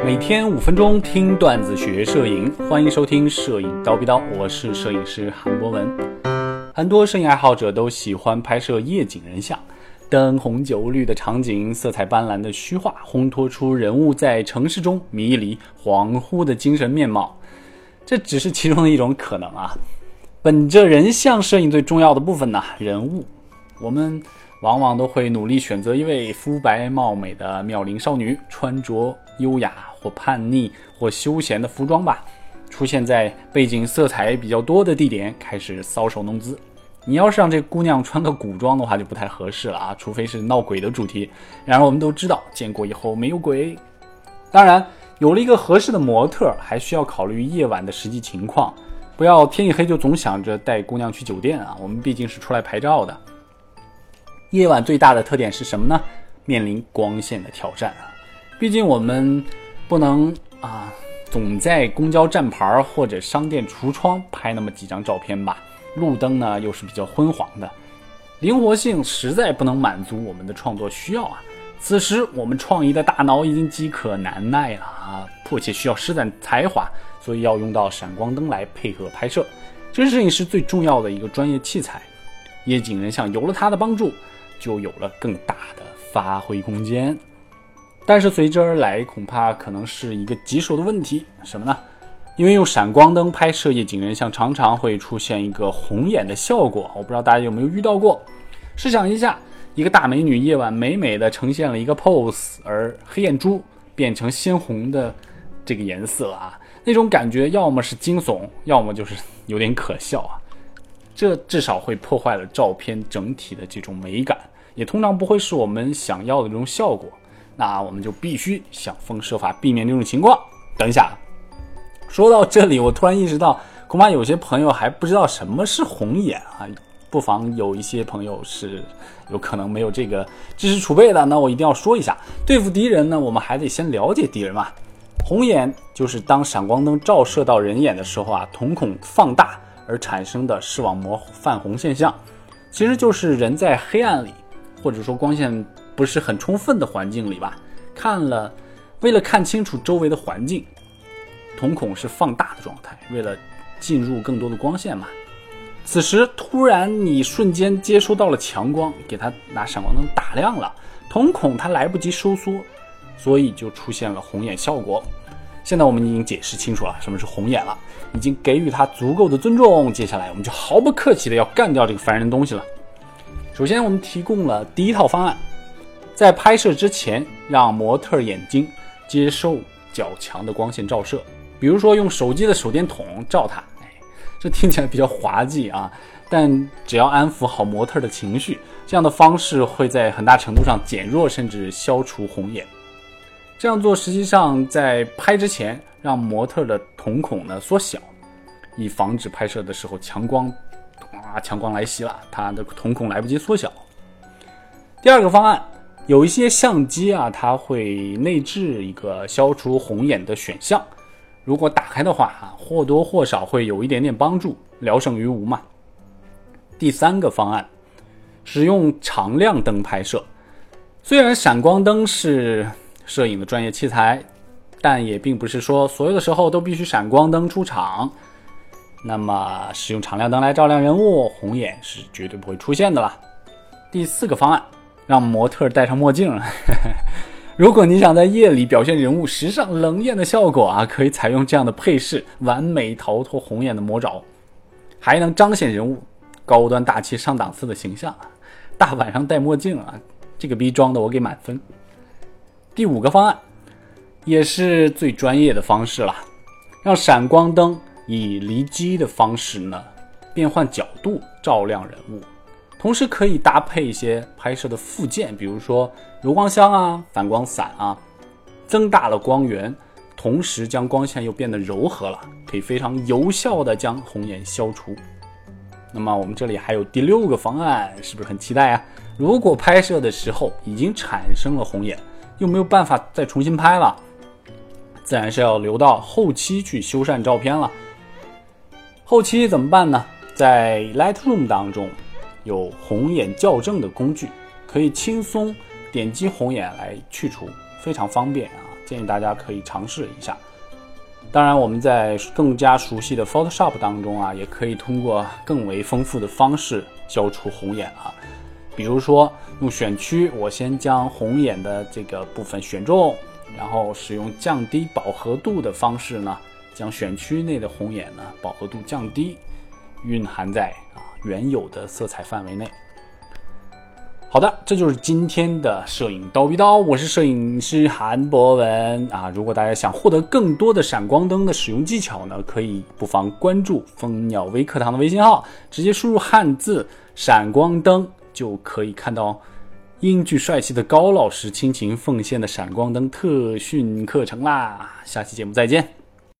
每天5分钟听段子学摄影，欢迎收听摄影刀逼刀，我是摄影师韩博文。很多摄影爱好者都喜欢拍摄夜景人像，灯红酒绿的场景，色彩斑斓的虚化，烘托出人物在城市中迷离恍惚的精神面貌。这只是其中的一种可能啊。本着人像摄影最重要的部分呢，人物，我们往往都会努力选择一位肤白貌美的妙龄少女，穿着优雅或叛逆或休闲的服装吧，出现在背景色彩比较多的地点，开始搔首弄姿。你要是让这姑娘穿个古装的话就不太合适了啊，除非是闹鬼的主题。然而我们都知道，见过以后没有鬼。当然，有了一个合适的模特，还需要考虑夜晚的实际情况，不要天一黑就总想着带姑娘去酒店啊，我们毕竟是出来拍照的。夜晚最大的特点是什么呢？面临光线的挑战啊。毕竟我们不能总在公交站牌或者商店橱窗拍那么几张照片吧，路灯呢又是比较昏黄的，灵活性实在不能满足我们的创作需要啊。此时我们创意的大脑已经饥渴难耐了啊，迫切需要施展才华，所以要用到闪光灯来配合拍摄，这是摄影师最重要的一个专业器材。夜景人像有了它的帮助，就有了更大的发挥空间。但是随之而来恐怕可能是一个棘手的问题，什么呢？因为用闪光灯拍摄夜景人像常常会出现一个红眼的效果，我不知道大家有没有遇到过。试想一下，一个大美女夜晚美美的呈现了一个 pose， 而黑眼珠变成鲜红的这个颜色啊，那种感觉要么是惊悚，要么就是有点可笑啊。这至少会破坏了照片整体的这种美感，也通常不会是我们想要的这种效果。那我们就必须想方设法避免这种情况。等一下，说到这里我突然意识到，恐怕有些朋友还不知道什么是红眼啊，不妨有一些朋友是有可能没有这个知识储备的，那我一定要说一下。对付敌人呢，我们还得先了解敌人嘛。红眼就是当闪光灯照射到人眼的时候啊，瞳孔放大而产生的视网膜泛红现象，其实就是人在黑暗里，或者说光线不是很充分的环境里吧，为了看清楚周围的环境，瞳孔是放大的状态，为了进入更多的光线嘛。此时突然你瞬间接收到了强光，给它拿闪光灯打亮了，瞳孔它来不及收缩，所以就出现了红眼效果。现在我们已经解释清楚了什么是红眼了，已经给予它足够的尊重，接下来我们就毫不客气的要干掉这个烦人东西了。首先我们提供了第一套方案，在拍摄之前让模特眼睛接受较强的光线照射，比如说用手机的手电筒照它。这听起来比较滑稽啊，但只要安抚好模特的情绪，这样的方式会在很大程度上减弱甚至消除红眼。这样做实际上在拍之前让模特的瞳孔呢缩小，以防止拍摄的时候强光来袭了，他的瞳孔来不及缩小。第二个方案，有一些相机啊，它会内置一个消除红眼的选项，如果打开的话或多或少会有一点点帮助，聊胜于无嘛。第三个方案，使用常亮灯拍摄。虽然闪光灯是摄影的专业器材，但也并不是说所有的时候都必须闪光灯出场。那么使用常亮灯来照亮人物，红眼是绝对不会出现的啦。第四个方案，让模特戴上墨镜。如果你想在夜里表现人物时尚冷艳的效果啊，可以采用这样的配饰，完美逃脱红眼的魔爪，还能彰显人物高端大气上档次的形象。大晚上戴墨镜啊，这个逼装的我给满分。第五个方案，也是最专业的方式了，让闪光灯以离机的方式呢，变换角度照亮人物，同时可以搭配一些拍摄的附件，比如说柔光箱啊、反光伞啊，增大了光源，同时将光线又变得柔和了，可以非常有效的将红眼消除。那么我们这里还有第六个方案，是不是很期待啊？如果拍摄的时候已经产生了红眼，又没有办法再重新拍了，自然是要留到后期去修缮照片了。后期怎么办呢？在 Lightroom 当中有红眼校正的工具，可以轻松点击红眼来去除，非常方便啊。 建议大家可以尝试一下。当然我们在更加熟悉的 Photoshop 当中啊，也可以通过更为丰富的方式消除红眼啊。比如说用选区，我先将红眼的这个部分选中，然后使用降低饱和度的方式呢，将选区内的红眼呢饱和度降低，蕴含在原有的色彩范围内。好的，这就是今天的摄影刀逼刀，我是摄影师韩博文啊。如果大家想获得更多的闪光灯的使用技巧呢，可以不妨关注蜂鸟微课堂的微信号，直接输入汉字闪光灯，就可以看到英俊帅气的高老师倾情奉献的闪光灯特训课程啦。下期节目再见。